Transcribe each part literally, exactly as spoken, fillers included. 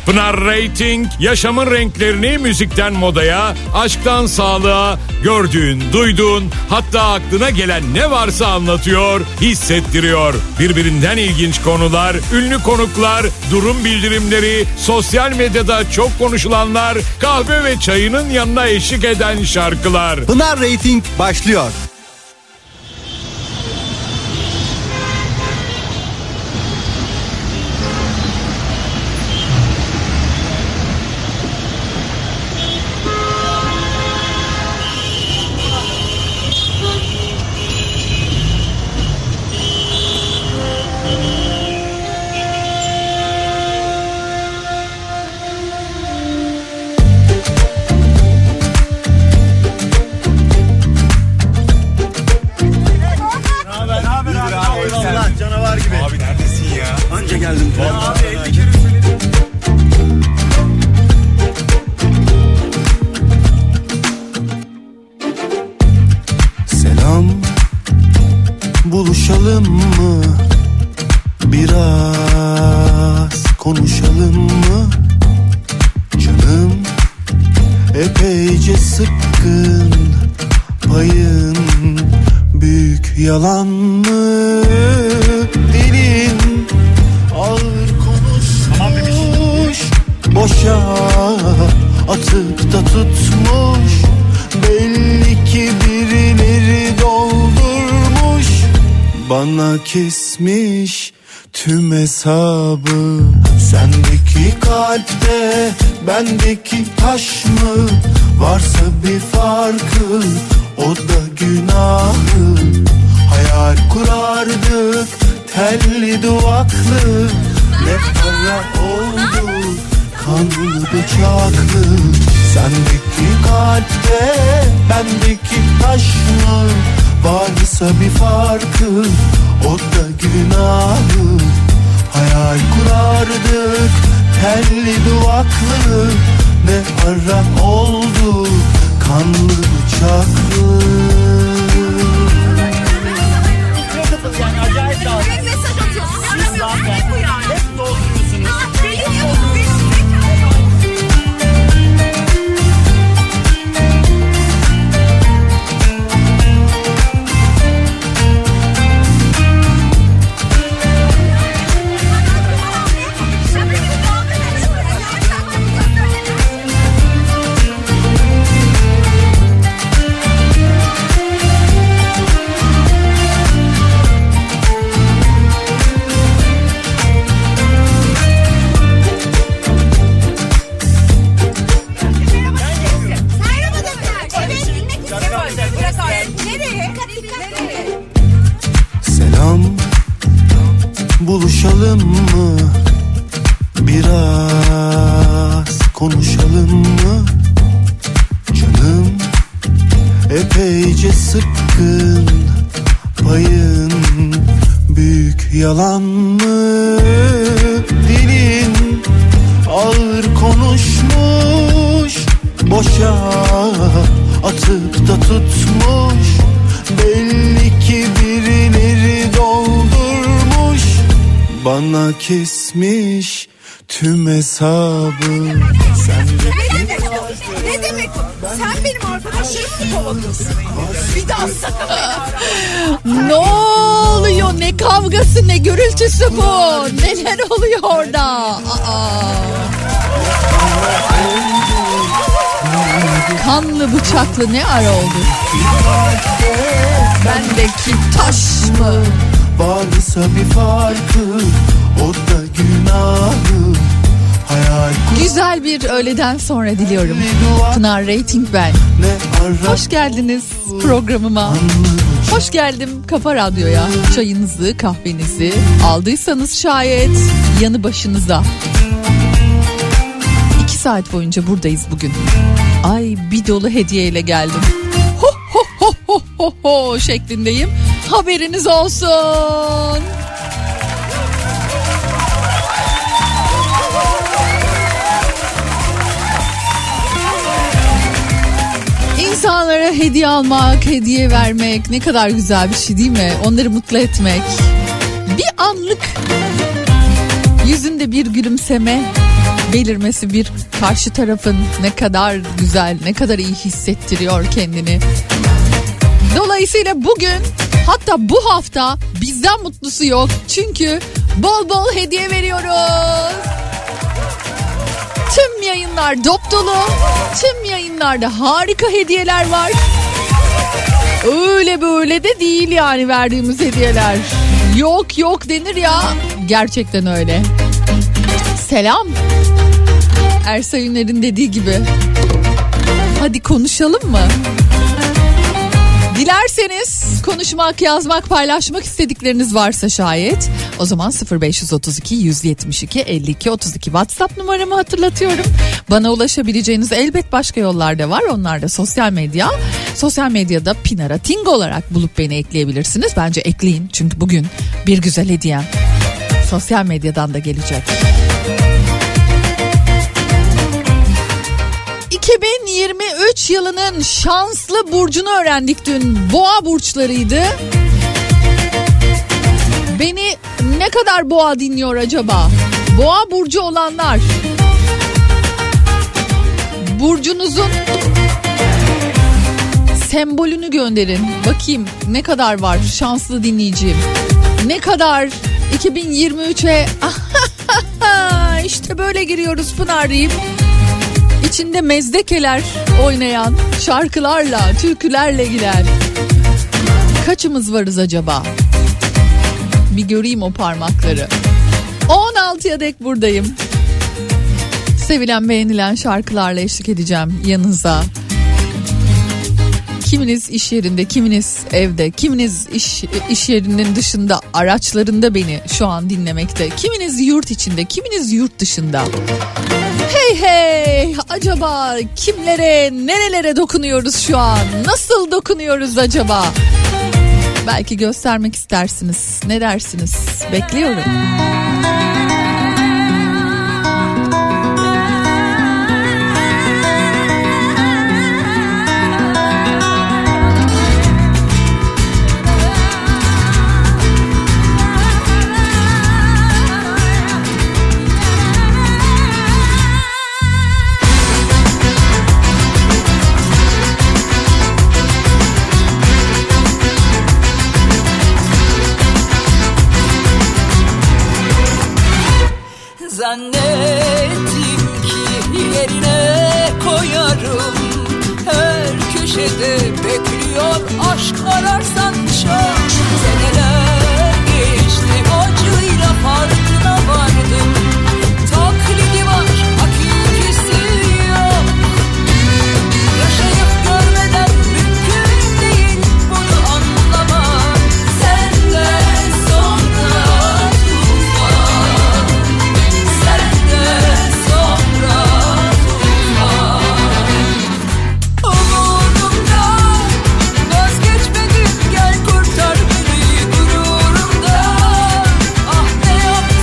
Pınar Rating, yaşamın renklerini müzikten modaya, aşktan sağlığa, gördüğün, duyduğun, hatta aklına gelen ne varsa anlatıyor, hissettiriyor. Birbirinden ilginç konular, ünlü konuklar, durum bildirimleri, sosyal medyada çok konuşulanlar, kahve ve çayının yanına eşlik eden şarkılar. Pınar Rating başlıyor. Buluşalım mı? Biraz konuşalım mı? Canım epeyce sıkkın. Payın büyük yalan mı? Dilin ağır konuşmuş, boşa atıp da tutmuş. Belli ki birileri doldurmuş, bana kesmiş tüm hesabı. Sendeki kalpte bendeki taş mı? Varsa bir farkı, o da günahı. Hayal kurardık telli duvaklı, ne para oldu kanlı bıçaklı. Sendeki kalpte bendeki taş mı? Varsa bir farkı, o da günahı. Hayal kurardık telli duvaklı, ne ara oldu kanlı bıçaklı. Yani acayip lazım. Mesaj atıyorsun. Siz zaten hep dolduruyorsunuz. Buluşalım mı? Biraz konuşalım mı? Canım epeyce sıkkın. Payın büyük yalan mı? Dilin ağır konuşmuş, boşa atıp da tutmuş. Belli ki birileri doldurmuş, bana kesmiş tüm hesabı. Sen de ne demek? Ne demek? Sen benim arkadaşlarımı mı kovalıyorsun? Bir daha sakın. Ne oluyor? Ne kavgası, ne gürültüsü bu? Neler oluyor orada? Aa. Kanlı bıçaklı ne ara oldu? Bendeki taş mı? Varsa bir farkı, o da günahı. Hayal güzel bir öğleden sonra diliyorum. Pınar Rating ben. Hoş geldiniz programıma. Hoş geldim Kafa Radyo'ya. Çayınızı, kahvenizi aldıysanız şayet yanı başınıza. İki saat boyunca buradayız bugün. Ay bir dolu hediyeyle geldim. Ho ho ho ho ho ho şeklindeyim. Haberiniz olsun. İnsanlara hediye almak, hediye vermek ne kadar güzel bir şey değil mi? Onları mutlu etmek. Bir anlık yüzünde bir gülümseme, belirmesi bir karşı tarafın ne kadar güzel, ne kadar iyi hissettiriyor kendini. Dolayısıyla bugün, hatta bu hafta bizden mutlusu yok. Çünkü bol bol hediye veriyoruz. Tüm yayınlar dop dolu. Tüm yayınlarda harika hediyeler var. Öyle böyle de değil yani verdiğimiz hediyeler. Yok yok denir ya. Gerçekten öyle. Selam. Ersay Üner'in dediği gibi. Hadi konuşalım mı? Dilerseniz konuşmak, yazmak, paylaşmak istedikleriniz varsa şayet, o zaman sıfır beş otuz iki yüz yetmiş iki elli iki otuz iki WhatsApp numaramı hatırlatıyorum. Bana ulaşabileceğiniz elbet başka yollar da var. Onlar da sosyal medya. Sosyal medyada Pinara Ting olarak bulup beni ekleyebilirsiniz. Bence ekleyin, çünkü bugün bir güzel hediyem sosyal medyadan da gelecek. iki bin yirmi üç yılının şanslı burcunu öğrendik dün. Boğa burçlarıydı. Beni ne kadar boğa dinliyor acaba? Boğa burcu olanlar, burcunuzun sembolünü gönderin. Bakayım ne kadar var şanslı dinleyicim. Ne kadar iki bin yirmi üçe işte böyle giriyoruz Pınar deyip İçinde mezdekeler oynayan, şarkılarla, türkülerle giren kaçımız varız acaba? Bir göreyim o parmakları. on altıya dek buradayım. Sevilen, beğenilen şarkılarla eşlik edeceğim yanınıza. Kiminiz iş yerinde, kiminiz evde, kiminiz iş, iş yerinin dışında, araçlarında beni şu an dinlemekte. Kiminiz yurt içinde, kiminiz yurt dışında. Hey hey, acaba kimlere, nerelere dokunuyoruz şu an? Nasıl dokunuyoruz acaba? Belki göstermek istersiniz. Ne dersiniz? Bekliyorum. Zannettim ki yerine koyarım, her köşede bekliyor aşk ararsan çok. Seneler geçti, acıyla farkına vardım. Taklidi var, hakikisi yok. Yaşayıp görmeden mümkün değil bunu anlamak. Senden sonra vazgeçmedim, gel kurtar beni gururumdan. Ah ne yaptım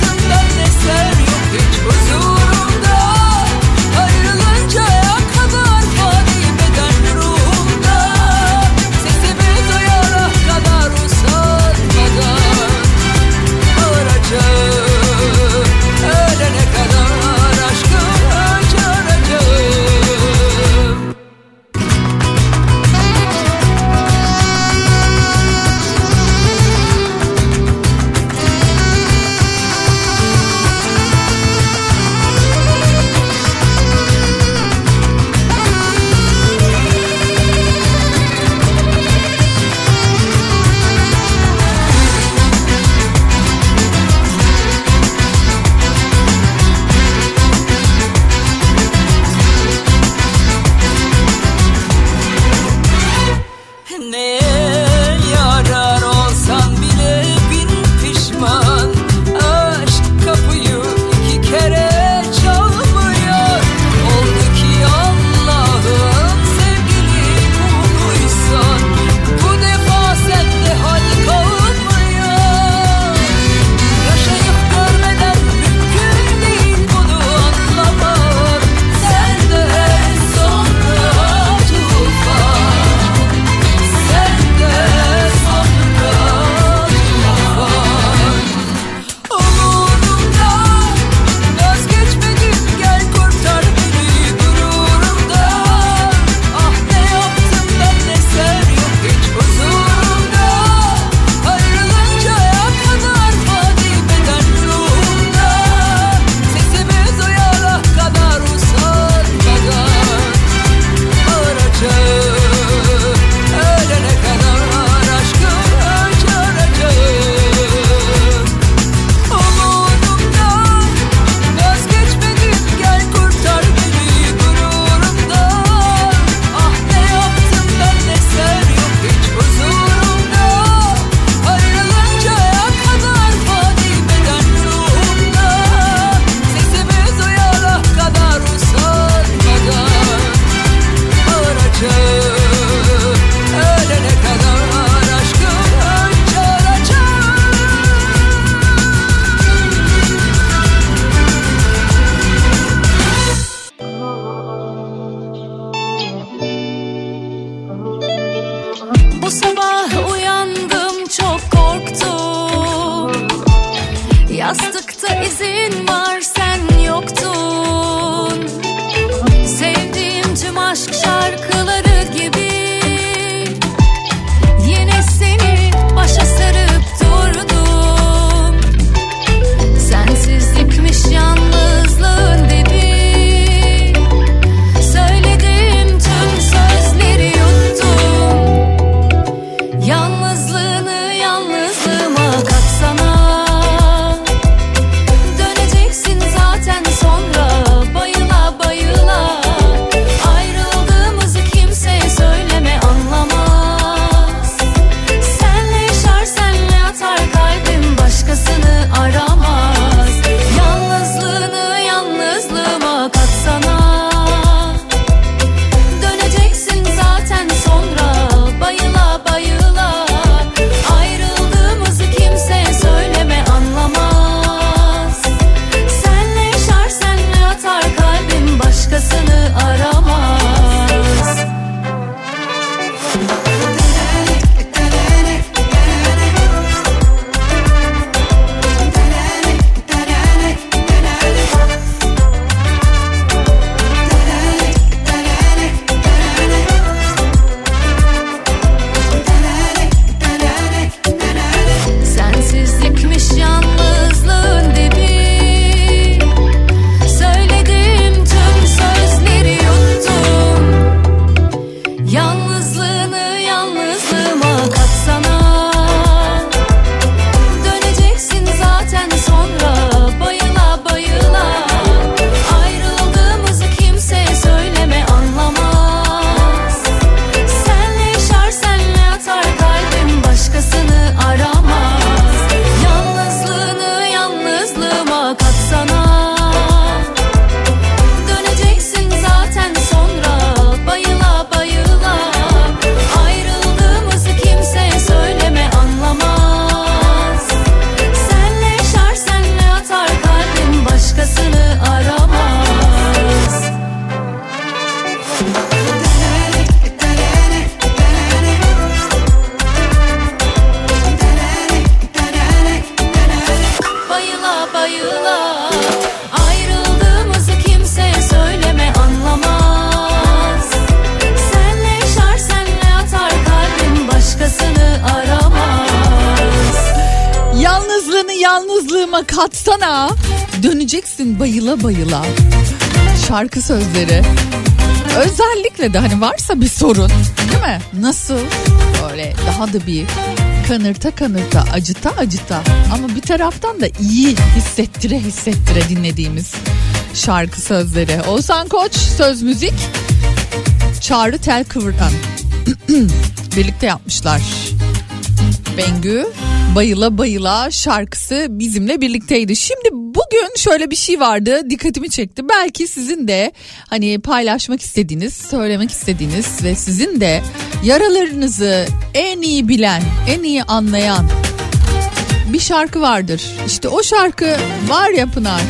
tatsana. Döneceksin bayıla bayıla. Şarkı sözleri. Özellikle de hani varsa bir sorun, değil mi? Nasıl? Böyle daha da bir kanırta kanırta, acıta acıta ama bir taraftan da iyi hissettire hissettire dinlediğimiz şarkı sözleri. Oğuzhan Koç söz müzik, Çağrı Telkıvır'dan birlikte yapmışlar. Bengü Bayıla Bayıla şarkısı bizimle birlikteydi. Şimdi bugün şöyle bir şey vardı, dikkatimi çekti. Belki sizin de hani paylaşmak istediğiniz, söylemek istediğiniz ve sizin de yaralarınızı en iyi bilen, en iyi anlayan bir şarkı vardır. İşte o şarkı var ya Pınar.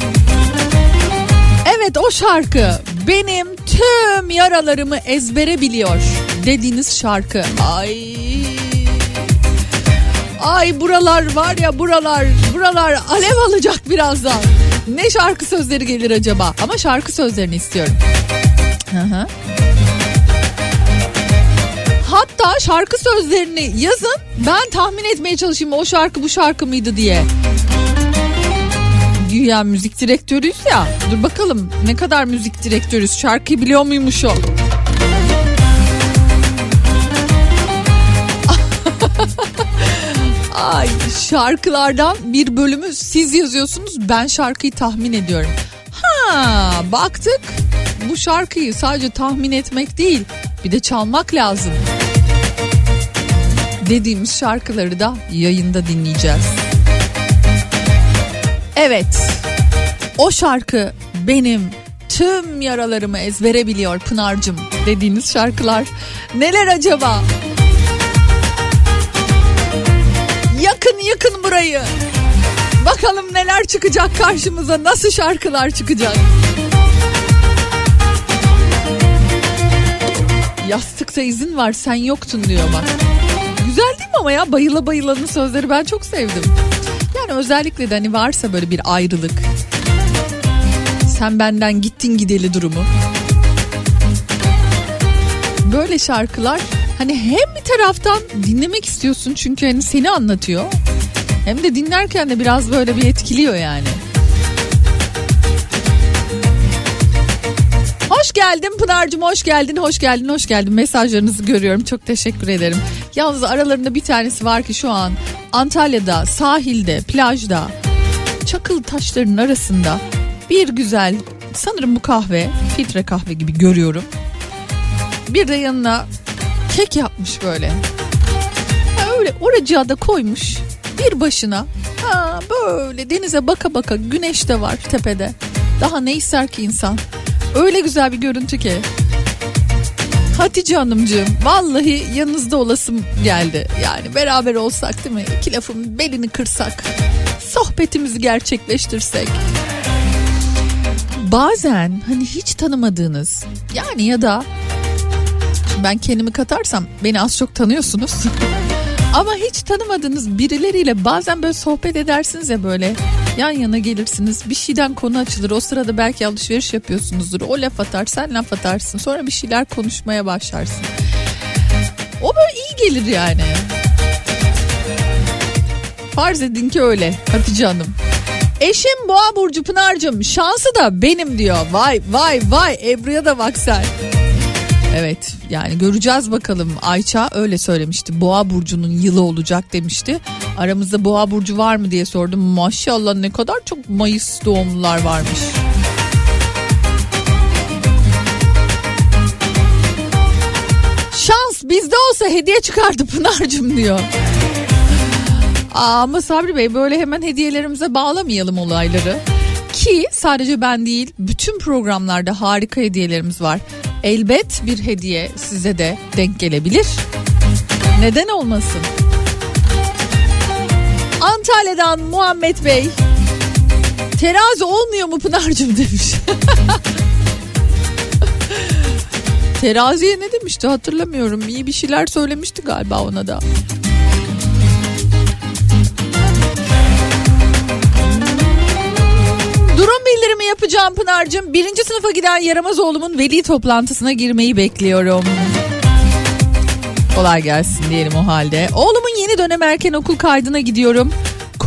Evet, o şarkı benim tüm yaralarımı ezbere biliyor dediğiniz şarkı. Ay... Ay buralar var ya, buralar buralar alev alacak birazdan. Ne şarkı sözleri gelir acaba? Ama şarkı sözlerini istiyorum. Hı hı. Hatta şarkı sözlerini yazın, ben tahmin etmeye çalışayım o şarkı bu şarkı mıydı diye. Güya müzik direktörüyüz ya. Dur bakalım ne kadar müzik direktörüyüz. Şarkıyı biliyor muymuş o? Ay, şarkılardan bir bölümü siz yazıyorsunuz, ben şarkıyı tahmin ediyorum. Ha, baktık bu şarkıyı sadece tahmin etmek değil, bir de çalmak lazım dediğimiz şarkıları da yayında dinleyeceğiz. Evet, o şarkı benim tüm yaralarımı ezbere biliyor Pınar'cığım dediğiniz şarkılar neler acaba? Yakın yakın burayı. Bakalım neler çıkacak karşımıza, nasıl şarkılar çıkacak. Yastıkta izin var sen yoktun diyor bak. Güzel değil mi ama ya, Bayıla Bayıla'nın sözleri ben çok sevdim. Yani özellikle de hani varsa böyle bir ayrılık, sen benden gittin gideli durumu. Böyle şarkılar hani hem bir taraftan dinlemek istiyorsun çünkü hani seni anlatıyor, hem de dinlerken de biraz böyle bir etkiliyor yani. Hoş geldin Pınar'cığım, hoş geldin, hoş geldin, hoş geldin. Mesajlarınızı görüyorum, çok teşekkür ederim. Yalnız aralarında bir tanesi var ki şu an Antalya'da, sahilde, plajda, çakıl taşların arasında bir güzel, sanırım bu kahve, filtre kahve gibi görüyorum. Bir de yanına kek yapmış böyle. Ha, öyle oracığa da koymuş bir başına. Ha, böyle denize baka baka, güneş de var tepede. Daha ne ister ki insan? Öyle güzel bir görüntü ki. Hatice Hanımcığım, vallahi yanınızda olasım geldi. Yani beraber olsak değil mi? İki lafın belini kırsak, sohbetimizi gerçekleştirsek. Bazen hani hiç tanımadığınız, yani ya da ben kendimi katarsam beni az çok tanıyorsunuz. Ama hiç tanımadığınız birileriyle bazen böyle sohbet edersiniz ya, böyle yan yana gelirsiniz, bir şeyden konu açılır, o sırada belki alışveriş yapıyorsunuzdur, o laf atar, sen laf atarsın, sonra bir şeyler konuşmaya başlarsın. O böyle iyi gelir yani. Farz edin ki öyle Hatice Hanım. Eşim Boğa burcu Pınar'cığım, şansı da benim diyor. Vay vay vay, Ebru'ya da bak sen. Evet, yani göreceğiz bakalım. Ayça öyle söylemişti. Boğa burcunun yılı olacak demişti. Aramızda Boğa burcu var mı diye sordum. Maşallah ne kadar çok Mayıs doğumlular varmış. Şans bizde olsa hediye çıkardı Pınar'cığım diyor. Aa, ama Sabri Bey, böyle hemen hediyelerimize bağlamayalım olayları. Ki sadece ben değil, bütün programlarda harika hediyelerimiz var. Elbet bir hediye size de denk gelebilir. Neden olmasın? Antalya'dan Muhammed Bey, terazi olmuyor mu Pınar'cığım demiş. Teraziye ne demişti hatırlamıyorum. İyi bir şeyler söylemişti galiba ona da. Durum bildirimi yapacağım Pınar'cığım. Birinci sınıfa giden yaramaz oğlumun veli toplantısına girmeyi bekliyorum. Kolay gelsin diyelim o halde. Oğlumun yeni dönem erken okul kaydına gidiyorum.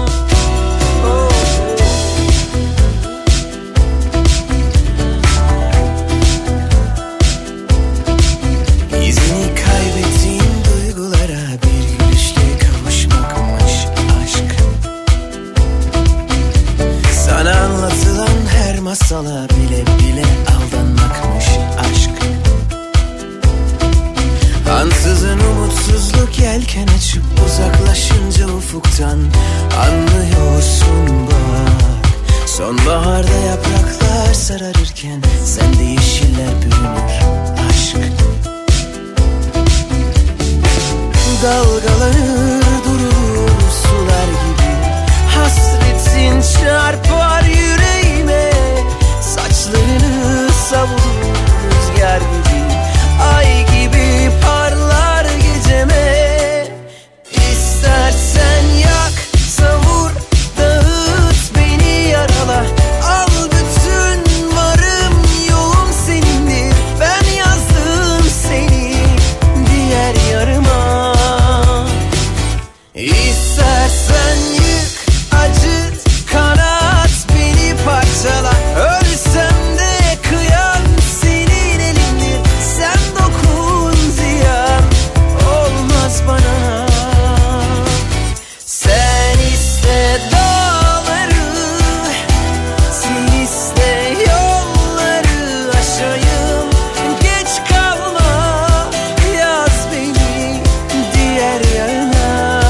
yelken açıp uzaklaşınca ufuktan anlıyorsun bak. Sonbaharda yapraklar sararırken sende yeşiller bürünür aşk. Dalgalanır durur sular gibi, hasretin çarpar yüreğime. Saçlarını savurur rüzgar gibi, ay gibi parlar geceme. İstersen yak, savur, dağıt, beni yarala. Al bütün varım yoğum senindir. Ben yazdım seni diğer yarıma. İstersen yık, acıt, kanat, beni parçala. Ölsem de kıyam senin elindir. Sen dokun ziyan olmaz bana. Sen iste dağları, sen iste yolları aşayım. Geç kalma, yaz beni diğer yana.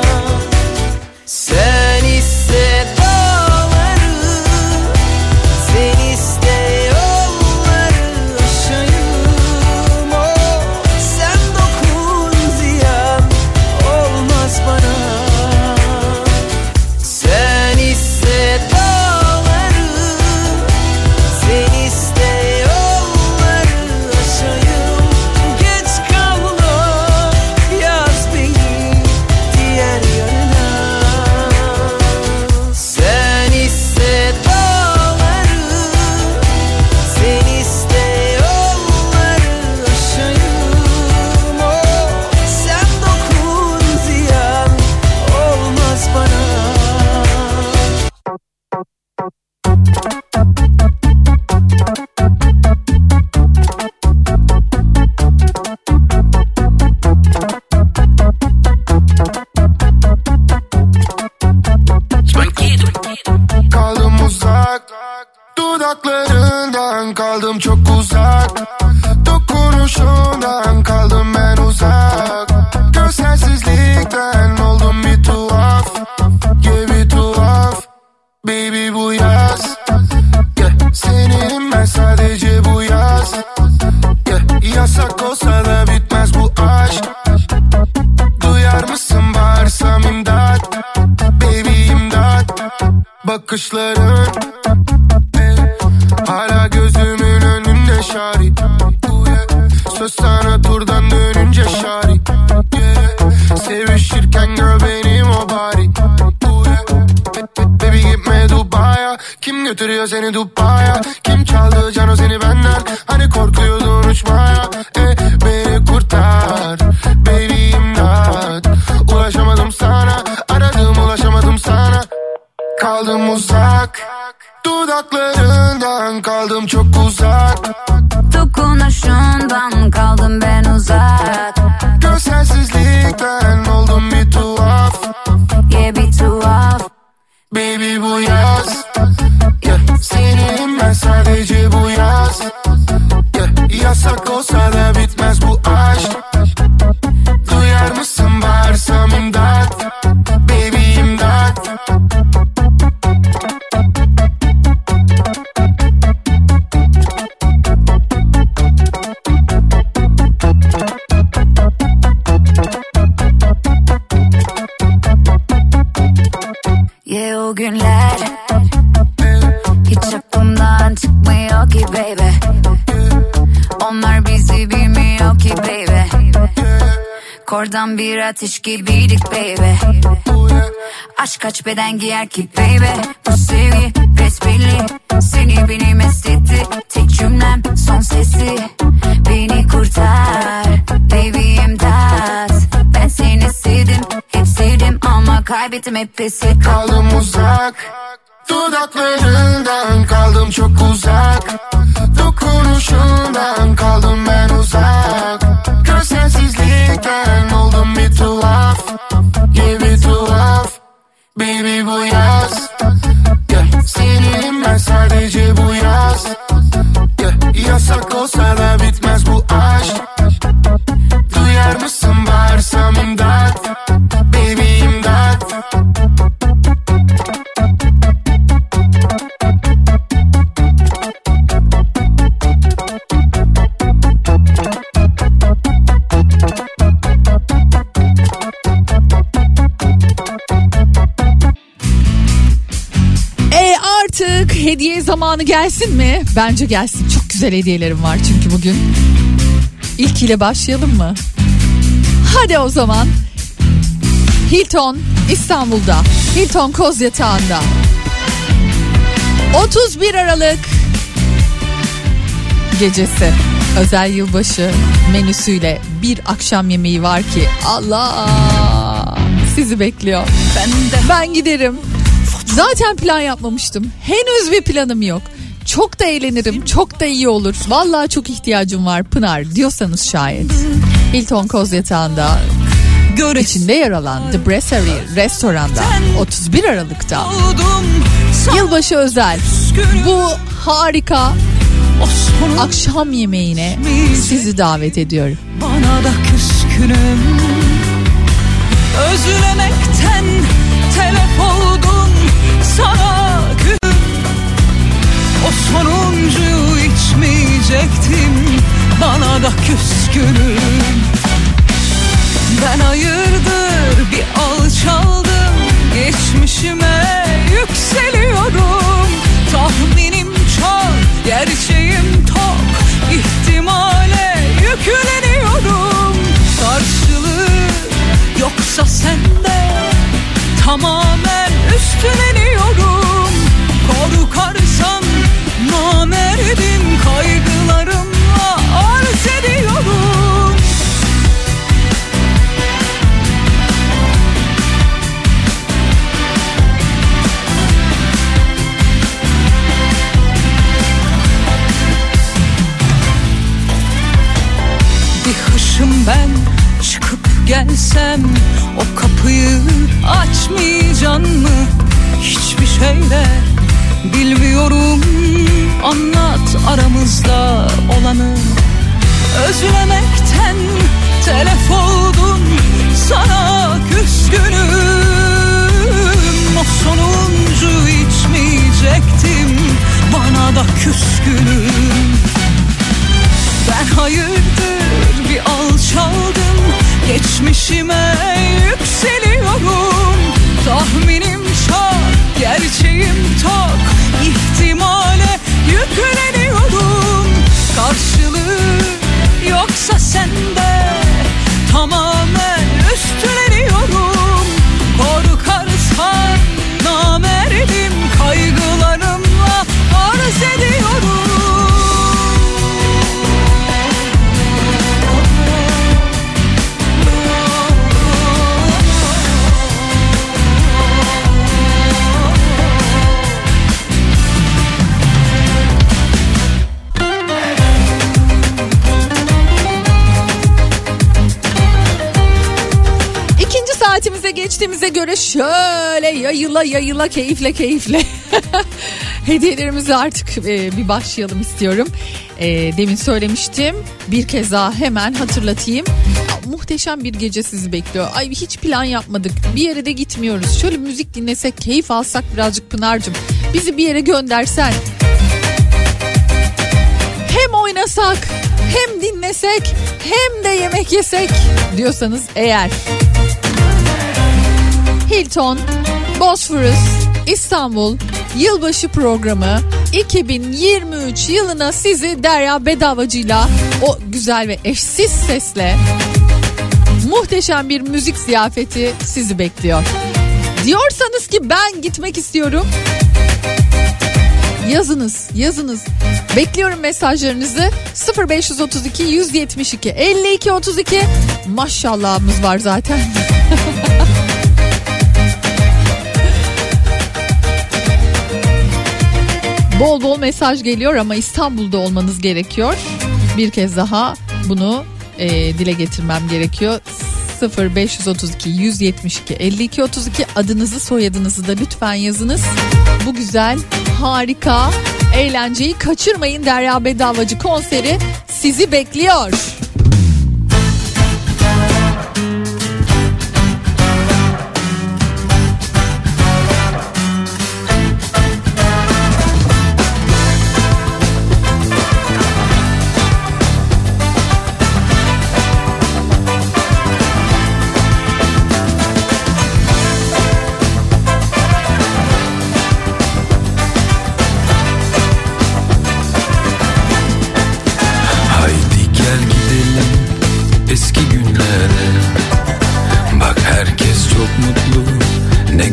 Sen iste dağları, sen iste yolları aşayım. Oh, sen dokun ziyan olmaz bana. Sen iste dağları, sen iste yolları aşayım. Geç kalma, yaz beni diğer yarına. Sen iste dağları, sen iste yolları aşayım. Oh, sen dokun ziyan olmaz bana. Kaldım uzak, dudaklarından kaldım çok uzak. Dokunuşundan kaldım ben uzak. Görselsizlikten oldum bir tuhaf. Yeah, bir tuhaf. Baby bu yaz, yeah, seninim ben sadece bu yaz. Yeah, yasak olsa da bitmez bu aşk. Duyar mısın bağırsam imdat. Baby imdat. Bakışların eh, hala gözümün önünde şahit. Uh, yeah. Söz sana turdan dönünce şahit. Yeah. Sevişirken gör benim o bari. Uh, yeah. Baby gitme Dubai'ya. Kim götürüyor seni Dubai'ya? Kim çaldı cano seni benden? Hani korkuyordun uçmaya. Eh, beni kurtar baby imdat. Ulaşamadım sana, aradım ulaşamadım sana. Kaldım uzak, dudaklarından kaldım çok uzak. Dokunuşundan kaldım ben uzak. Görselsizlikten oldum bir tuhaf. Yeah, bir tuhaf. Baby bu yaz, yeah, seninim ben sadece bu yaz. Yeah, yasak olsa da bitmez bu aşk. Duyar mısın bağırsam imdat. Baby imdat. Yeah, o günler hiç aklımdan çıkmıyor ki baby. Onlar bizi bilmiyor ki baby. Kordan bir ateş gibiydik baby. Aşk kaç beden giyer ki baby. Bu sevgi besbelli, seni beni mest etti. Tek cümlem son sesi, beni kurtar baby imdat. Ben seni sevdim, hep sevdim ama kaybettim hep pes ettim. Kaldım uzak, dudaklarından kaldım çok uzak. Dokunuşundan kaldım ben uzak. Görselsizlikten oldum bir tuhaf. Yeah, bir tuhaf. Baby bu yaz, yeah, seninim ben sadece bu yaz. Yeah, yasak olsa da bitmez bu aşk. Duyar mısın bağırsam imdat. Aralık hediye zamanı gelsin mi? Bence gelsin. Çok güzel hediyelerim var çünkü bugün. İlk ile başlayalım mı? Hadi o zaman. Hilton İstanbul'da, Hilton Kozyatağı'nda otuz bir Aralık gecesi özel yılbaşı menüsüyle bir akşam yemeği var ki Allah sizi bekliyor. Ben de ben giderim. Zaten plan yapmamıştım. Henüz bir planım yok. Çok da eğlenirim, çok da iyi olur. Vallahi çok ihtiyacım var Pınar diyorsanız şayet. Hilton Kozyatağı'nda içinde yer alan The Brasserie restoranda otuz bir Aralık'ta yılbaşı özel bu harika akşam yemeğine sizi davet ediyorum. Bana da küskünüm, özlemekten telef oldum sana gül. O sonuncuyu içmeyecektim, bana da küskünüm. Ben hayırdır bir alçaldım, geçmişime yükseliyorum. Tahminim çok, gerçeğim tok, ihtimale yükleniyorum. Karşılığı yoksa sende, tamamen üstleniyorum. Korkarsan namerdim, kaygılarımla arz ediyorum. Bir hışım ben çıkıp gelsem, o kapıyı açmayacaksın mı? Hiçbir şeyde bilmiyorum, anlat aramızda olanı. Özlemekten telef oldum, sana küskünüm. O sonuncu içmeyecektim, bana da küskünüm. Ben hayırdır bir alçaldım, geçmişime yükseliyorum. Tahminim çok, gerçeğim tok, ihtimale yükleniyorum. Karşılığı yoksa sende, tamamen üstleniyorum. Korkarsan namerdim, kaygılarımla arz ediyorum. Saatimize geçtiğimize göre şöyle yayıla yayıla keyifle keyifle hediyelerimize artık e, bir başlayalım istiyorum. E, demin söylemiştim, bir kez daha hemen hatırlatayım. Ya, muhteşem bir gece sizi bekliyor. Ay hiç plan yapmadık, bir yere de gitmiyoruz. Şöyle müzik dinlesek, keyif alsak birazcık Pınar'cığım. Bizi bir yere göndersen. Hem oynasak, hem dinlesek, hem de yemek yesek diyorsanız eğer. Hilton Bosphorus İstanbul yılbaşı programı iki bin yirmi üç yılına sizi Derya Bedavacı'yla, o güzel ve eşsiz sesle muhteşem bir müzik ziyafeti sizi bekliyor. Diyorsanız ki ben gitmek istiyorum, yazınız yazınız. Bekliyorum mesajlarınızı. sıfır beş otuz iki yüz yetmiş iki elli iki otuz iki. Maşallahımız var zaten. Bol bol mesaj geliyor ama İstanbul'da olmanız gerekiyor. Bir kez daha bunu e, dile getirmem gerekiyor. sıfır beş otuz iki yüz yetmiş iki elli iki otuz iki adınızı, soyadınızı da lütfen yazınız. Bu güzel, harika eğlenceyi kaçırmayın. Derya Bedavacı konseri sizi bekliyor.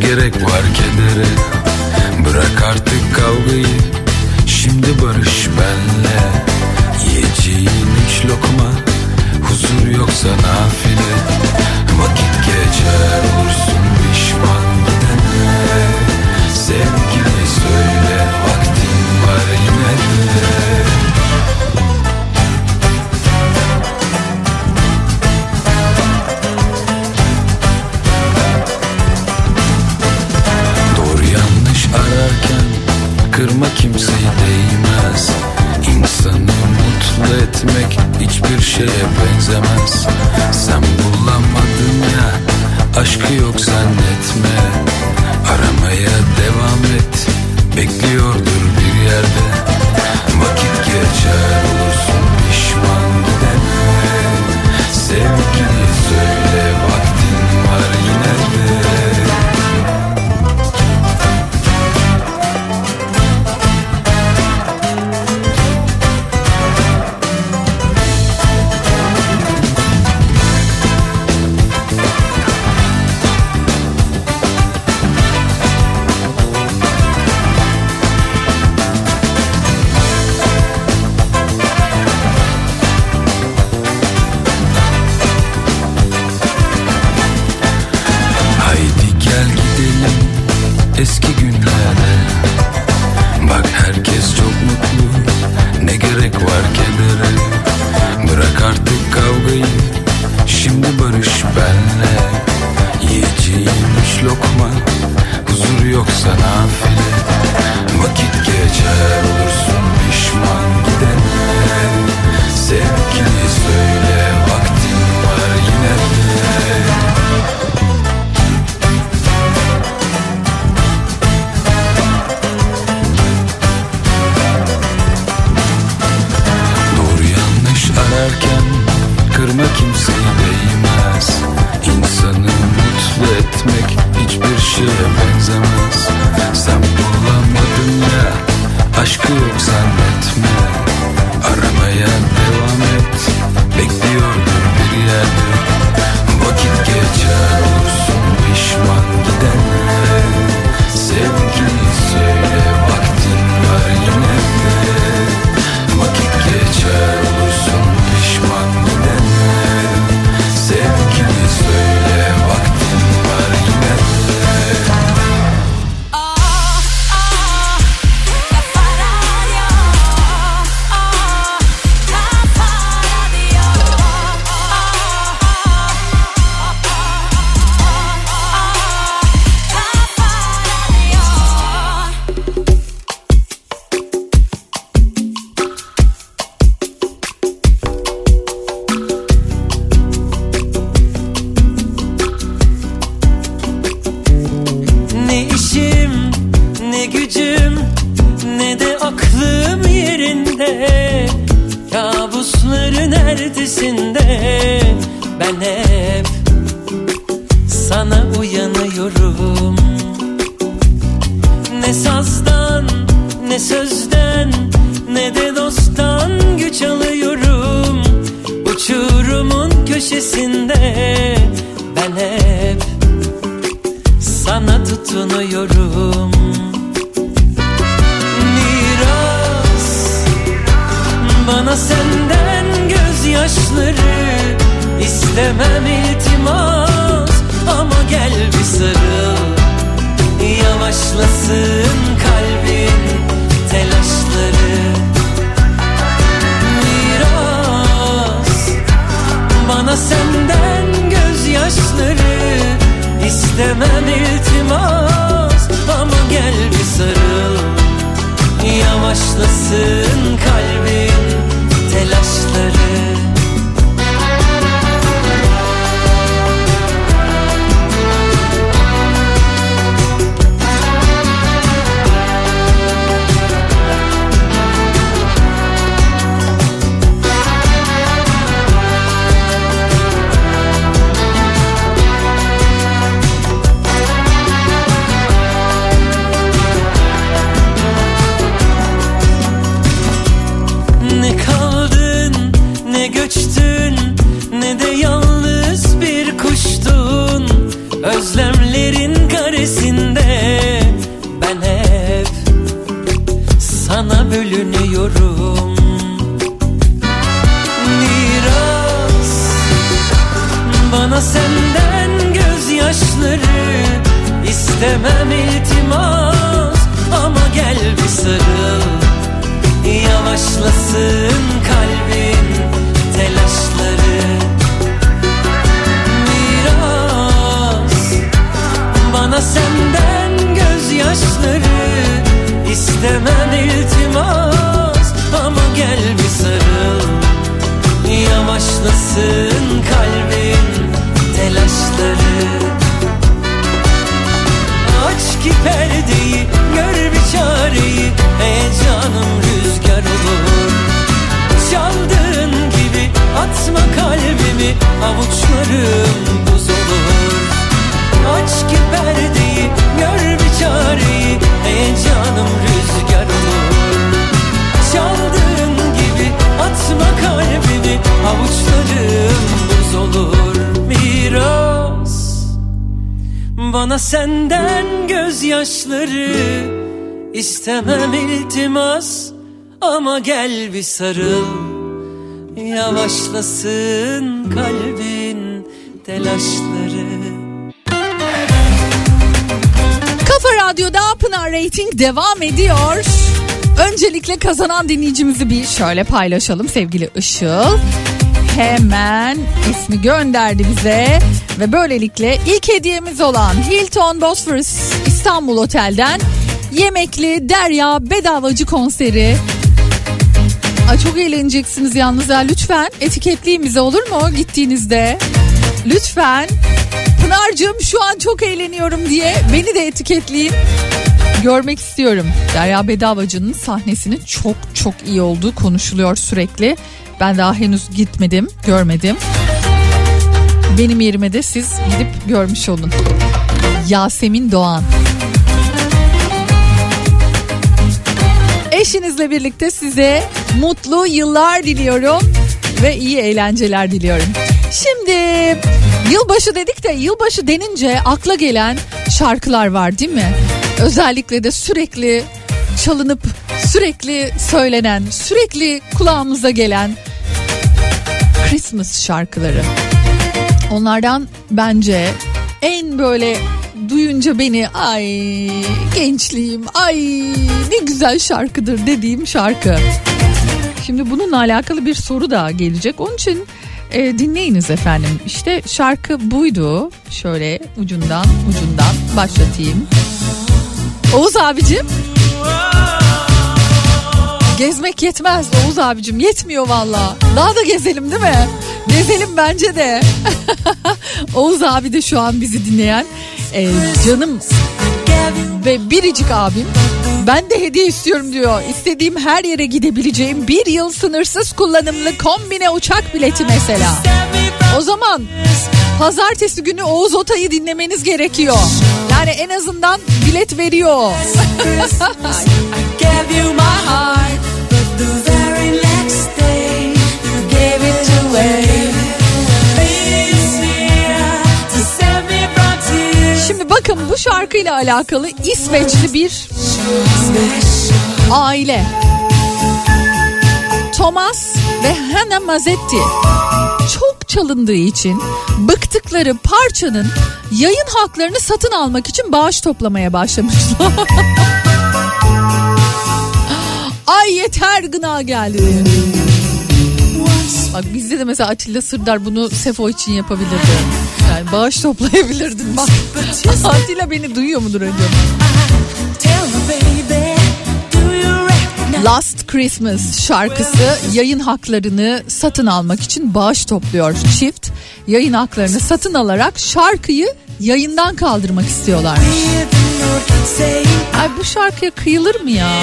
gerek var kedere? Bırak artık kavgayı, şimdi barış benle. Yiyeceğin üç lokma, huzur yoksa nafile. Vakit geçer, olursun pişman gidene. Sevgili söyle, vaktin var yine de. Doğru yanlış ararken kırma kimseyi değmez. İnsanı mutlu etmek hiçbir şeye benzemez. Sen bulamadın ya, aşkı yok zannetme. Aramaya devam et, bekliyordur bir yerde. Vakit geçer, olursun pişman gidene. Sevgili söyle, vaktin var yine de. Eski günlerde bak, herkes çok mutlu, ne gerek var kedere? Bırak artık kavgayı, şimdi barış benle. Yiyeceğin üç lokma, huzur yoksa nafile. Vakit geçer, olursun pişman gidene. Sevgili söyle, vaktin var yine de. Ararken kırma kimseyi değmez. İnsanı mutlu etmek hiçbir şeye benzemez. Sen bulamadın ya, aşkı yok zannetme. Aramaya devam et, bekliyordur bir yerde. Vakit geçer, olursun pişman gidene. Sevgili söyle, vaktin var yine de. Vakit geçer, olursun pişman gidene. Sevgili söyle, vaktin var yine de. Ah ah, Kafa Radyo. Ah, Kafa Radyo. Ah, Ne işim, ne gücüm, ne de aklım yerinde. Kabusların ertesinde ben hep sana uyanıyorum. Ne sazdan, ne sözden, ne de dosttan güç alıyorum. Uçurumun köşesinde ben hep sana tutunuyorum. Miras bana senden gözyaşları, istemem iltimas, ama gel bir sarıl. Yavaşlasın kalbin telaşları. Miras bana senden gözyaşları, istemem iltimas, ama gel bir sarıl. Yavaşlasın kalbin telaşları. İstemem iltimas ama gel bir sarıl. Yavaşlasın kalbin telaşları. Biraz bana senden gözyaşları. İstemem iltimas ama gel bir sarıl. Yavaşlasın kalbin telaşları. Aç ki perdeyi, gör bir çareyi. Heyecanım rüzgar olur. Çaldığın gibi atma kalbimi, avuçlarım buz olur. Aç ki perdeyi, gör bir çareyi. Heyecanım rüzgar olur. Çaldığın gibi atma kalbimi, avuçlarım buz olur. Biraz bana senden gözyaşları. İstemem iltimas ama gel bir sarıl. Yavaşlasın kalbin telaşları. Kafa Radyo'da Pınar Rating devam ediyor. Öncelikle kazanan dinleyicimizi bir şöyle paylaşalım. Sevgili Işıl hemen ismi gönderdi bize ve böylelikle ilk hediyemiz olan Hilton Bosphorus İstanbul Otel'den yemekli Derya bedavacı konseri. Ay çok eğleneceksiniz yalnız ya, lütfen etiketleyin bize, olur mu gittiğinizde? Lütfen Pınar'cığım şu an çok eğleniyorum diye beni de etiketleyin. Görmek istiyorum. Derya Bedavacı'nın sahnesinin çok çok iyi olduğu konuşuluyor sürekli. Ben daha henüz gitmedim, görmedim. Benim yerime de siz gidip görmüş olun. Yasemin Doğan. Eşinizle birlikte size mutlu yıllar diliyorum ve iyi eğlenceler diliyorum. Şimdi yılbaşı dedik de yılbaşı denince akla gelen şarkılar var değil mi? Özellikle de sürekli çalınıp sürekli söylenen, sürekli kulağımıza gelen Christmas şarkıları. Onlardan bence en böyle duyunca beni ay gençliğim, ay ne güzel şarkıdır dediğim şarkı. Şimdi bununla alakalı bir soru da gelecek. Onun için e, dinleyiniz efendim. İşte şarkı buydu. Şöyle ucundan ucundan başlatayım. Oğuz abicim. Gezmek yetmez Oğuz abicim, yetmiyor valla. Daha da gezelim değil mi? Gezelim bence de. Oğuz abi de şu an bizi dinleyen e, canım ve biricik abim. Ben de hediye istiyorum diyor. İstediğim her yere gidebileceğim bir yıl sınırsız kullanımlı kombine uçak bileti mesela. O zaman pazartesi günü Oğuz Otay'ı dinlemeniz gerekiyor. Yani en azından bilet veriyor. Şimdi bakın, bu şarkıyla alakalı İsveçli bir aile, Thomas ve Hanna Mazzetti, çok çalındığı için bıktıkları parçanın yayın haklarını satın almak için bağış toplamaya başlamışlar. Ay yeter, gına geldi. Bak bizde de mesela Atilla Sırdar bunu Sefo için yapabilirdi. Yani bağış toplayabilirdin bak. Atilla beni duyuyor mudur acaba? Last Christmas şarkısı yayın haklarını satın almak için bağış topluyor. Çift yayın haklarını satın alarak şarkıyı yayından kaldırmak istiyorlarmış. Ay bu şarkıya kıyılır mı ya?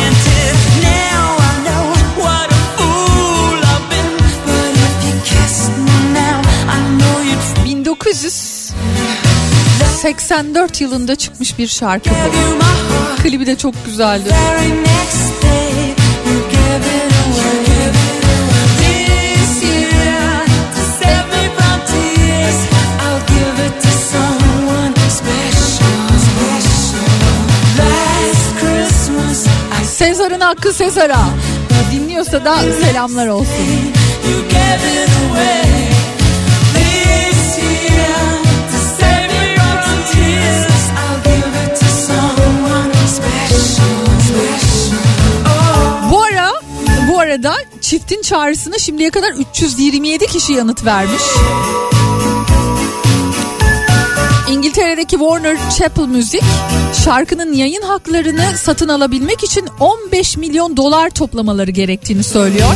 bin dokuz yüz seksen dört yılında çıkmış bir şarkı bu. Klibi de çok güzeldi. Sezar'ın hakkı Sezar'a. Dinliyorsa da selamlar olsun. arada çiftin çağrısına şimdiye kadar üç yüz yirmi yedi kişi yanıt vermiş. İngiltere'deki Warner Chappell Müzik şarkının yayın haklarını satın alabilmek için on beş milyon dolar toplamaları gerektiğini söylüyor.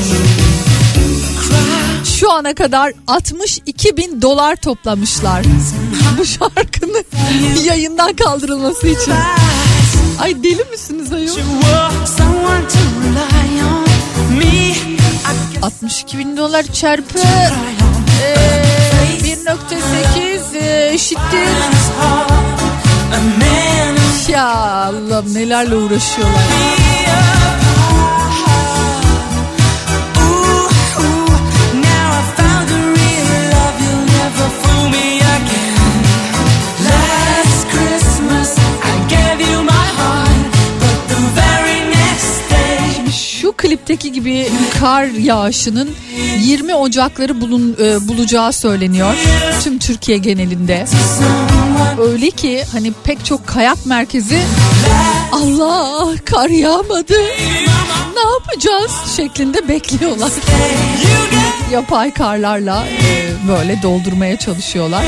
Şu ana kadar altmış iki bin dolar toplamışlar bu şarkının yayından kaldırılması için. Ay deli misiniz ayol? altmış iki bin dolar çarpı ee, bir nokta sekiz e, eşittir. Ya Allah'ım nelerle uğraşıyorlar. Şu klipteki gibi kar yağışının yirmi Ocakları bulun, e, bulacağı söyleniyor tüm Türkiye genelinde. Öyle ki hani pek çok kayak merkezi Allah kar yağmadı ne yapacağız şeklinde bekliyorlar. Yapay karlarla e, böyle doldurmaya çalışıyorlar.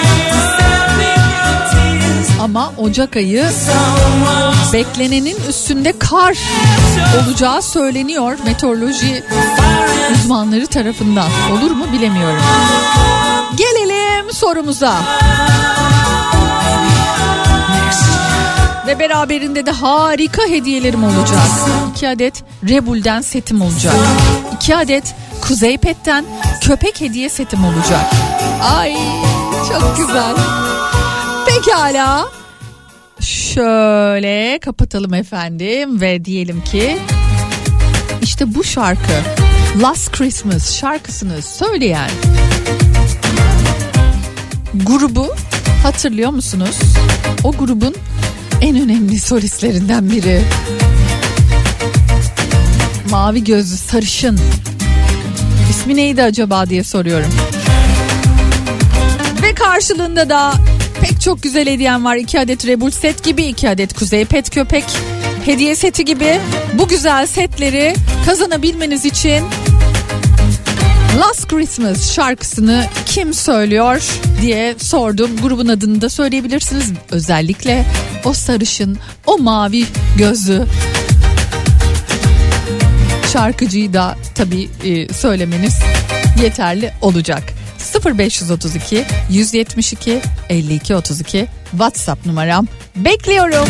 Ama Ocak ayı beklenenin üstünde kar olacağı söyleniyor meteoroloji uzmanları tarafından. Olur mu bilemiyorum. Gelelim sorumuza. Ve beraberinde de harika hediyelerim olacak. İki adet Rebul'den setim olacak. İki adet Kuzey Pet'ten köpek hediye setim olacak. Ay çok güzel. Pekala. Şöyle kapatalım efendim ve diyelim ki işte bu şarkı Last Christmas şarkısını söyleyen grubu hatırlıyor musunuz? O grubun en önemli solistlerinden biri. Mavi gözlü sarışın. İsmi neydi acaba diye soruyorum. Ve karşılığında da pek çok güzel hediyem var. İki adet Rebul set gibi, iki adet Kuzey Pet köpek hediye seti gibi. Bu güzel setleri kazanabilmeniz için Last Christmas şarkısını kim söylüyor diye sordum. Grubun adını da söyleyebilirsiniz. Özellikle o sarışın, o mavi gözlü şarkıcıyı da tabii e, söylemeniz yeterli olacak. sıfır beş otuz iki yüz yetmiş iki elli iki otuz iki WhatsApp numaram. Bekliyorum.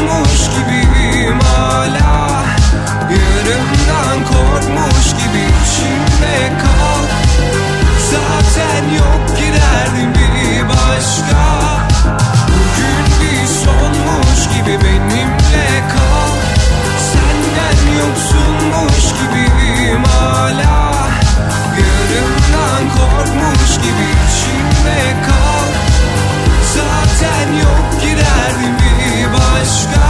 sonmuş gibiyim hala. Yarımdan korkmuş gibi içimde kal. Zaten yok giderdim bir başka. Bugün bir sonmuş gibi benimle kal. Senden yoksunmuş gibiyim hala. Yarımdan korkmuş gibi içimde kal. Zaten yok giderdim bir başka.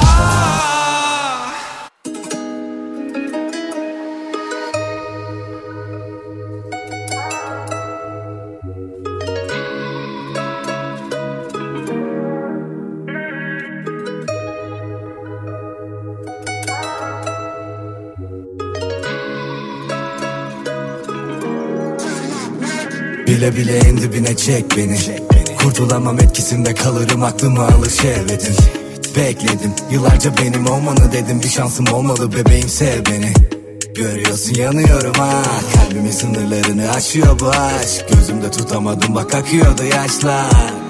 Bile bile en dibine çek beni. Kurtulamam etkisinde kalırım, aklımı alır şehvetin. Bekledim yıllarca benim olmanı, dedim bir şansım olmalı bebeğim, sev beni. Görüyorsun yanıyorum ha, kalbimin sınırlarını aşıyor bu aşk. Gözümde tutamadım bak akıyordu yaşlar.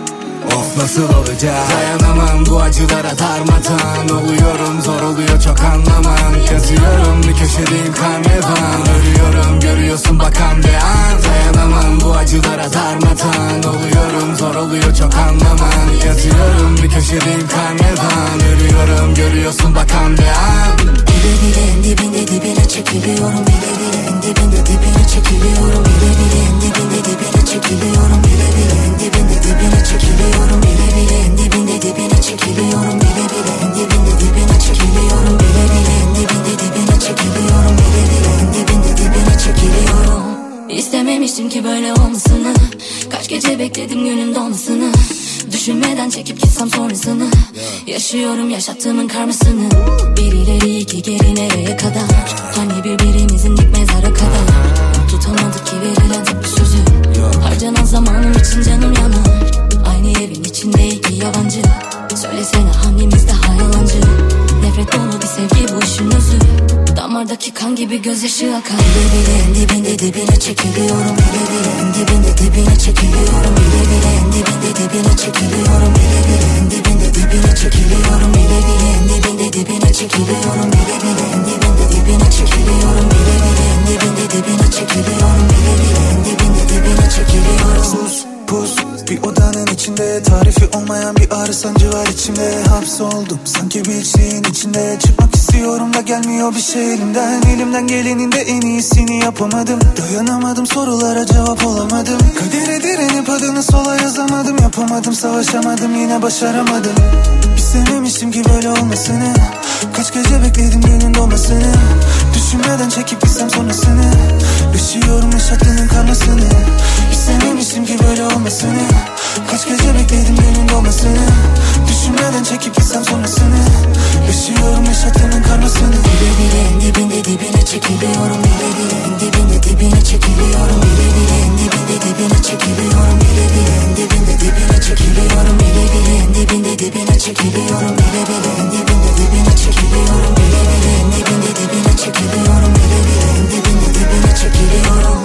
Of nasıl olacak, dayanamam bu acılara darmadan. Oluyorum zor oluyor çok anlaman. Yazıyorum bir köşedeyim karnevan. Ölüyorum görüyorsun bakan bir an. Dayanamam bu acılara darmadan. Oluyorum zor oluyor çok anlaman. Yazıyorum bir köşedeyim karnevan. Ölüyorum görüyorsun bakan bir an. Bile bile en dibinde dibine çekiliyorum. Bile bile en dibinde dibine çekiliyorum. Bile bile en dibinde dibine çekiliyorum. Bile bile en dibinde dibine çekiliyorum. Bile bile en dibinde dibine çekiliyorum. Bile bile en dibinde dibine çekiliyorum. Bile bile en dibinde dibine çekiliyorum. Bile bile en dibinde dibine çekiliyorum. İstememiştim ki böyle olmasını. Kaç gece bekledim günün dolmasını. Düşünmeden çekip gitsem sonrasını. Yaşıyorum yaşattığımın karmasını. Bir ileri iki geri nereye kadar? Hani birbirimizin dik mezara kadar. Tutamadık ki verilen tek bir sözü. Harcanan zamanım için canım yanar. Aynı evin içinde iki yabancı. Söylesene hangimiz daha yalancı? Nefret dolu bir sevgi bu işin özü. Damardaki kan gibi gözyaşı akar. Bile bile en dibinde dibine çekiliyorum. Bile bile en dibinde dibine çekiliyorum. Bile bile en dibinde dibine çekiliyorum. Bile bile en dibinde dibine çekiliyorum. Bile bile en dibinde dibine çekiliyorum. Bile bile en dibinde dibine çekiliyorum. Bile bile en dibinde dibine çekiliyorum. Bile bile en dibinde dibine çekiliyorum. Sus pus bir odanın içinde, tarifi olmayan bir ağrı sancı var içimde. Hapsoldum sanki bir şeyin içinde. Çıkmak istiyorum da gelmiyor bir şey elimden. Elimden gelenin de en iyisini yapamadım. Dayanamadım sorulara cevap olamadım. Kadere direnip adını sola yazamadım. Yapamadım savaşamadım yine başaramadım. İstememiştim ki böyle olmasını. Kaç gece bekledim günün dolmasını. Düşünmeden çekip gitsem sonrasını. Yaşıyorum yaşattığının karmasını. İstememiştim ki böyle olmasını. Kaç gece bekledim günün dolmasını. Düşünmeden çekip gitsem sonrasını. Yaşıyorum yaşattığının karmasını. Bile bile en dibinde dibine çekiliyorum. Bile bile en dibinde dibine çekiliyorum. Bile bile en dibinde dibine çekiliyorum. Bile bile en dibinde dibine çekiliyorum. Bile bile en dibinde dibine çekiliyorum. Bile bile en dibinde dibine çekiliyorum. Bile bile en dibinde dibine çekiliyorum. Bile bile en dibinde dibine çekiliyorum.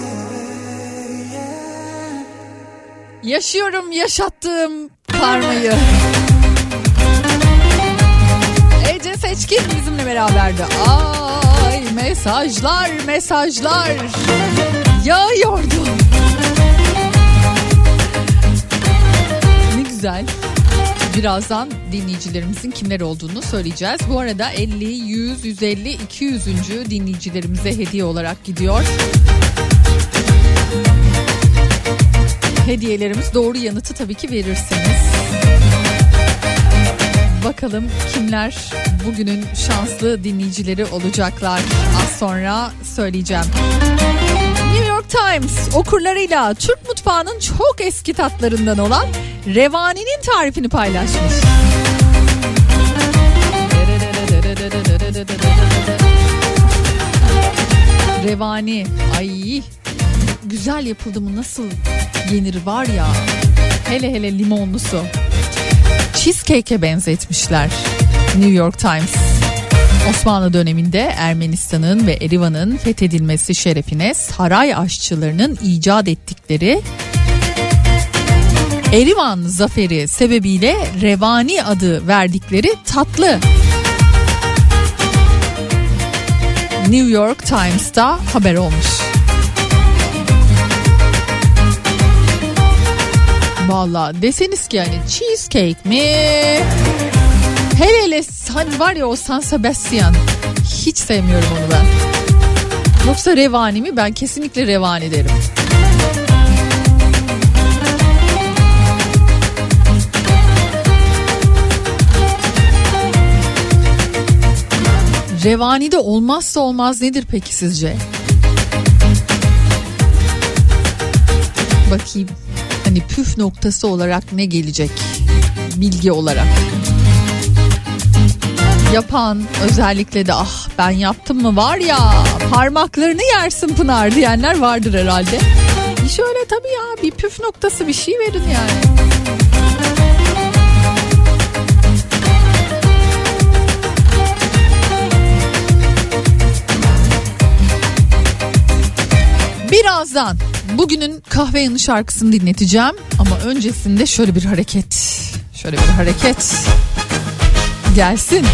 Yaşıyorum yaşattığım karmayı. Ece Seçkin bizimle beraberdi. Ay mesajlar mesajlar yağıyordu. Ne güzel. Birazdan dinleyicilerimizin kimler olduğunu söyleyeceğiz. Bu arada elli, yüz, yüz elli, iki yüzüncü dinleyicilerimize hediye olarak gidiyor. Hediyelerimiz, doğru yanıtı tabii ki verirsiniz. Bakalım kimler bugünün şanslı dinleyicileri olacaklar. Az sonra söyleyeceğim. New York Times okurlarıyla Türk mutfağının çok eski tatlarından olan revani'nin tarifini paylaşmış. Revani, ay güzel yapıldı mı nasıl yenir var ya, hele hele limonlusu. Cheesecake'e benzetmişler New York Times. Osmanlı döneminde Ermenistan'ın ve Erivan'ın fethedilmesi şerefine saray aşçılarının icat ettikleri Erivan zaferi sebebiyle revani adı verdikleri tatlı. New York Times'ta haber olmuş. Vallahi deseniz ki hani cheesecake mi? Hele hele hani var ya o San Sebastian. Hiç sevmiyorum onu ben. Yoksa revani mi? Ben kesinlikle revani derim. Revani'de olmazsa olmaz nedir peki sizce? Bakayım. Hani püf noktası olarak ne gelecek? Bilgi olarak. Yapan özellikle de ah ben yaptım mı var ya parmaklarını yersin Pınar diyenler vardır herhalde. Şöyle tabii ya bir püf noktası bir şey verin yani. Birazdan bugünün kahve yanı şarkısını dinleteceğim ama öncesinde şöyle bir hareket, şöyle bir hareket gelsin.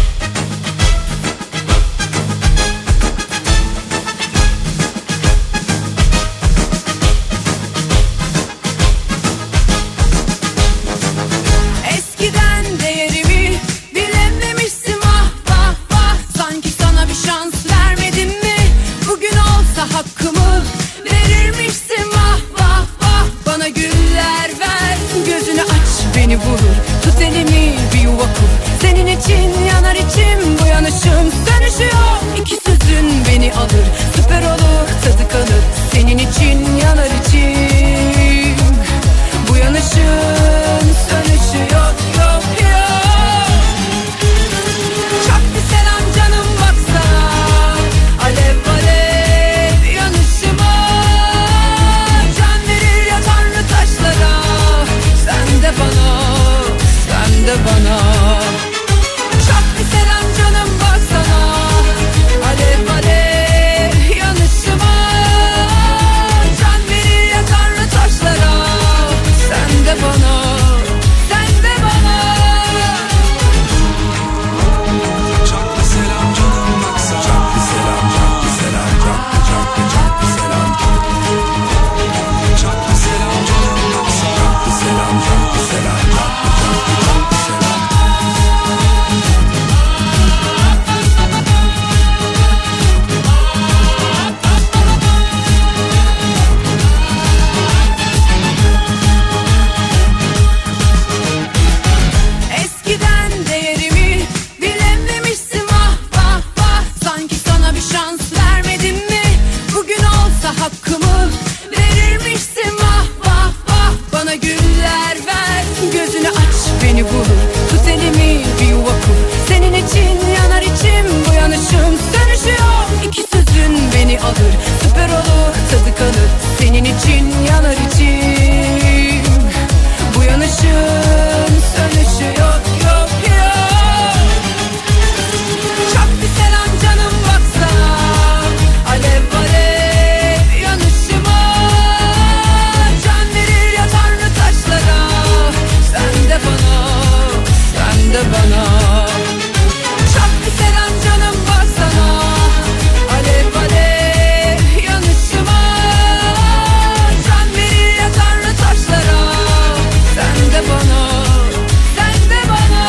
Eskiden değerimi bilememişsin vah vah vah. Sanki sana bir şans vermedim mi? Bugün olsa hakkımı verirmişsin vah vah vah. Bana güller ver, gözünü aç beni vurur. Tut elimi bir yuva kur. Senin için yanar içim, bu yanışım sönüşüyor. İki sözün beni alır, süper olur tadı kalır. Senin için yanar içim, bu yanışın sönüşü yok yok yok. Çok bir selam canım baksana, alev alev yanışıma. Can verir ya Tanrı taşlara, sen de bana, sen de bana. Çok bir selam canım baksana, alev alev yanışıma. Can verir ya Tanrı taşlara, sen de bana, sen de bana. Çok bir selam canım baksana. Çok bir selam, çok bir selam, çok çok çok bir selam. Çok bir selam canım baksana. Çok bir selam, çok bir selam, çok çok çok bir selam. Eskiden değerimi bilememişsin vah vah vah. Sanki sana bir şans vermedim mi? Bugün olsa hakkımı verirmişsin vah vah vah. Bana güller ver, gözünü aç beni vurur. Tut elimi bir yuva kur. Senin için yanar içim, bu yanışım sönüşüyor. İki sözün beni alır, süper olur tadı kalır. Senin için yanar içim, bu yanışın sönüşü yok yok yok. Çok bir selam canım baksana, alev alev yanışıma. Can verir ya Tanrı taşlara, sen de bana, sen de bana. Çok bir selam canım baksana, alev alev yanışıma. Can verir ya Tanrı taşlara, sen de bana, sen de bana.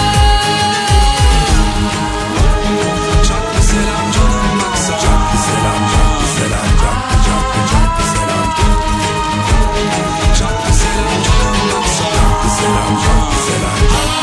Çok bir selam canım baksana. Çok bir selam, çok bir selam, çok çok çok bir selam. Çok bir selam canım baksana. Çok bir selam, çok bir selam, çok çok çok bir selam.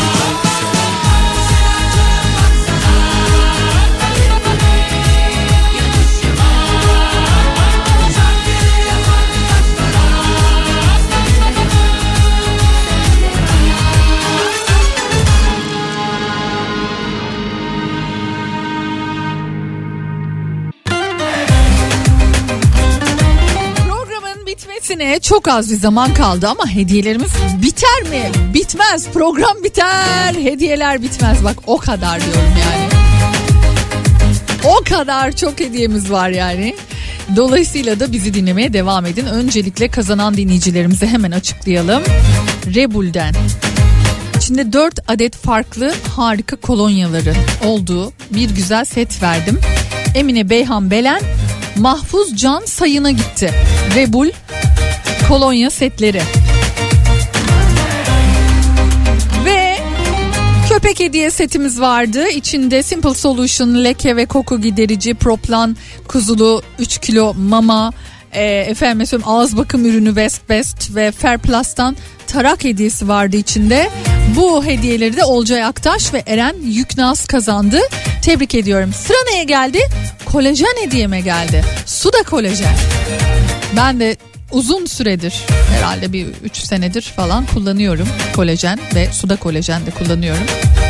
Programın bitmesine çok az bir zaman kaldı ama hediyelerimiz biter mi? Bitmez. Program biter. Hediyeler bitmez. Bak o kadar diyorum yani. O kadar çok hediyemiz var yani. Dolayısıyla da bizi dinlemeye devam edin. Öncelikle kazanan dinleyicilerimize hemen açıklayalım. Rebul'den. İçinde dört adet farklı harika kolonyaların olduğu bir güzel set verdim. Emine Beyhan Belen, Mahfuz Can Sayın'a gitti. Rebul kolonya setleri. Ve köpek hediye setimiz vardı. İçinde Simple Solution leke ve koku giderici, Proplan kuzulu üç kilo mama, e, efendim mesela ağız bakım ürünü West Best ve Fair Plus'tan tarak hediyesi vardı içinde. Bu hediyeleri de Olcay Aktaş ve Eren Yüknaz kazandı. Tebrik ediyorum. Sıra neye geldi? Kolajen hediyeme geldi. Suda kolajen. Ben de uzun süredir, herhalde bir üç senedir falan kullanıyorum kolajen ve suda kolajen de kullanıyorum.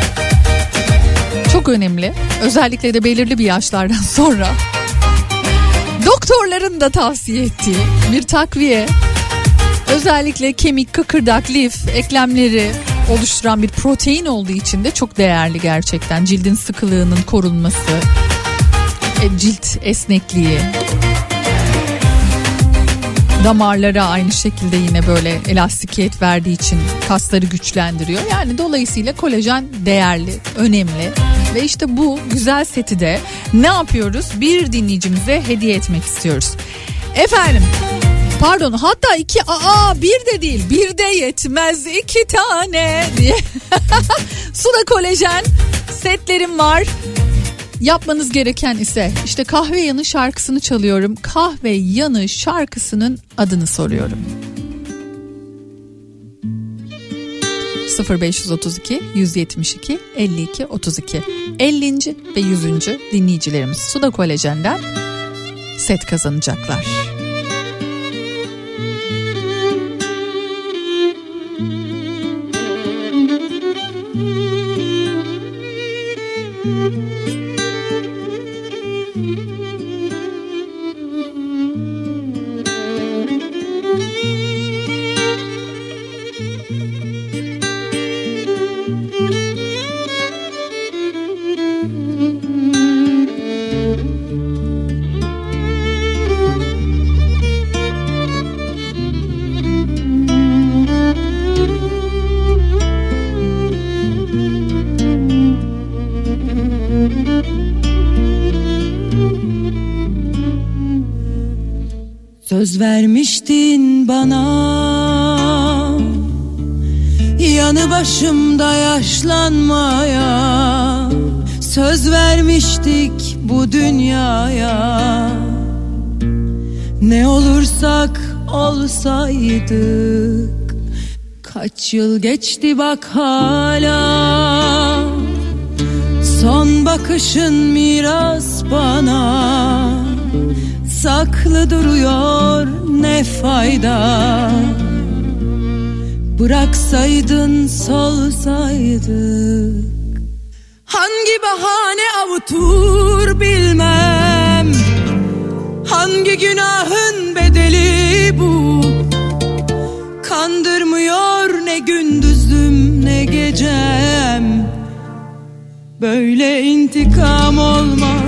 Çok önemli. Özellikle de belirli bir yaşlardan sonra doktorların da tavsiye ettiği bir takviye. Özellikle kemik, kıkırdak, lif, eklemleri oluşturan bir protein olduğu için de çok değerli gerçekten. Cildin sıkılığının korunması, cilt esnekliği, damarlara aynı şekilde yine böyle elastikiyet verdiği için kasları güçlendiriyor. Yani dolayısıyla kolajen değerli, önemli. Ve işte bu güzel seti de ne yapıyoruz? Bir dinleyicimize hediye etmek istiyoruz. Efendim, pardon, hatta iki, aa bir de değil, bir de yetmez iki tane diye. Suda kolajen setlerim var. Yapmanız gereken ise işte Kahve Yanı şarkısını çalıyorum. Kahve Yanı şarkısının adını soruyorum. sıfır beş otuz iki yüz yetmiş iki elli iki otuz iki ellinci ve yüzüncü dinleyicilerimiz Suda Kolajen'den set kazanacaklar. Söz vermiştin bana, yanı başımda yaşlanmaya. Söz vermiştik bu dünyaya, ne olursak olsaydık. Kaç yıl geçti bak hala, son bakışın miras bana. Saklı duruyor ne fayda, bıraksaydın solsaydık. Hangi bahane avutur bilmem, hangi günahın bedeli bu. Kandırmıyor ne gündüzüm ne gecem, böyle intikam olmaz.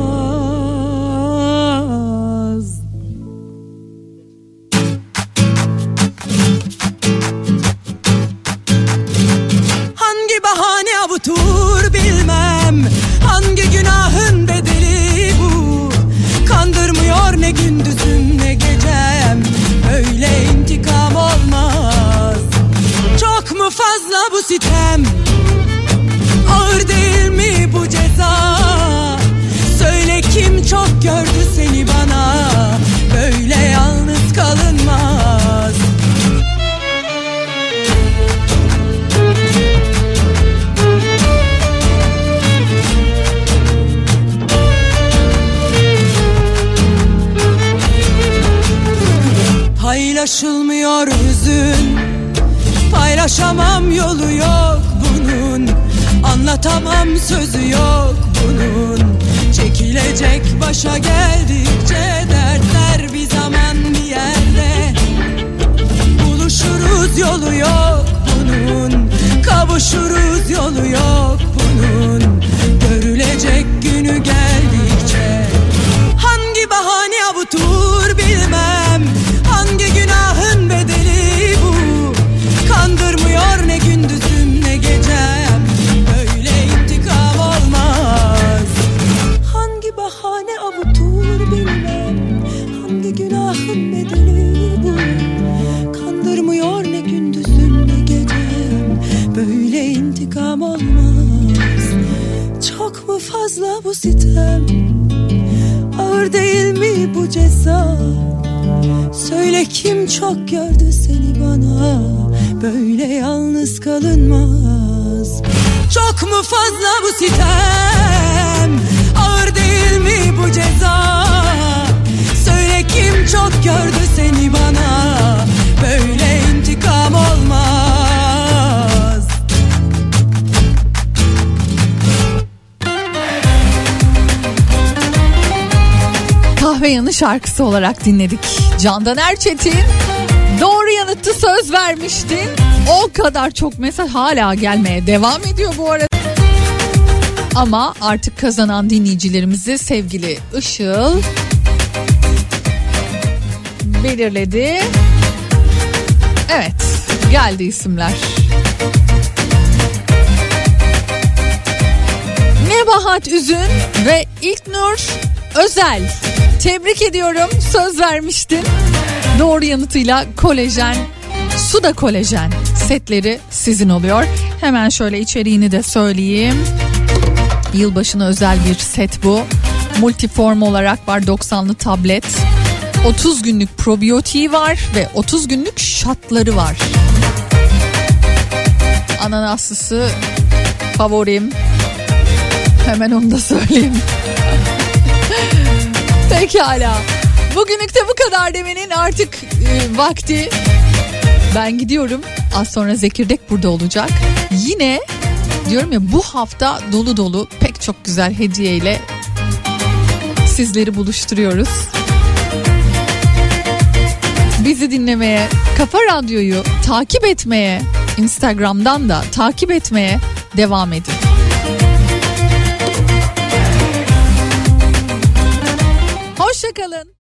Bahane avutur bilmem, hangi günahın bedeli bu. Kandırmıyor ne gündüzüm ne gecem, öyle intikam olmaz. Çok mu fazla bu sitem, ağır değil mi bu ceza? Söyle kim çok gördü seni bana, böyle yalnız kalınmaz. Paylaşılmıyor hüzün, paylaşamam yolu yok bunun. Anlatamam sözü yok bunun. Çekilecek başa geldikçe dertler bir zaman bir yerde. Buluşuruz yolu yok bunun, kavuşuruz yolu yok bunun. Görülecek günü geldikçe. Hangi bahane avutur bilmem, hangi günahın bedeli bu. Kandır Çok mu fazla bu sitem? Ağır değil mi bu ceza? Söyle kim çok gördü seni bana? Böyle yalnız kalınmaz. Çok mu fazla bu sitem? Ağır değil mi bu ceza? Söyle kim çok gördü seni bana? Böyle intikam olmaz. Kahve Yanı şarkısı olarak dinledik. Candan Erçetin, doğru yanıtı söz vermiştin. O kadar çok mesaj hala gelmeye devam ediyor bu arada. Ama artık kazanan dinleyicilerimizi sevgili Işıl belirledi. Evet, geldi isimler. Nebahat Üzün ve İlknur Özel. Tebrik ediyorum. Söz vermiştin. Doğru yanıtıyla kolajen, suda kolajen setleri sizin oluyor. Hemen şöyle içeriğini de söyleyeyim. Yılbaşına özel bir set bu. Multiform olarak var, doksanlı tablet. otuz günlük probiyotiği var ve otuz günlük şatları var. Ananaslısı favorim. Hemen onu da söyleyeyim. Pekala. Bugünlük de bu kadar demenin artık e, vakti. Ben gidiyorum. Az sonra Zekirdek burada olacak. Yine diyorum ya, bu hafta dolu dolu pek çok güzel hediyeyle sizleri buluşturuyoruz. Bizi dinlemeye, Kafa Radyo'yu takip etmeye, Instagram'dan da takip etmeye devam edin. Hoşça kalın.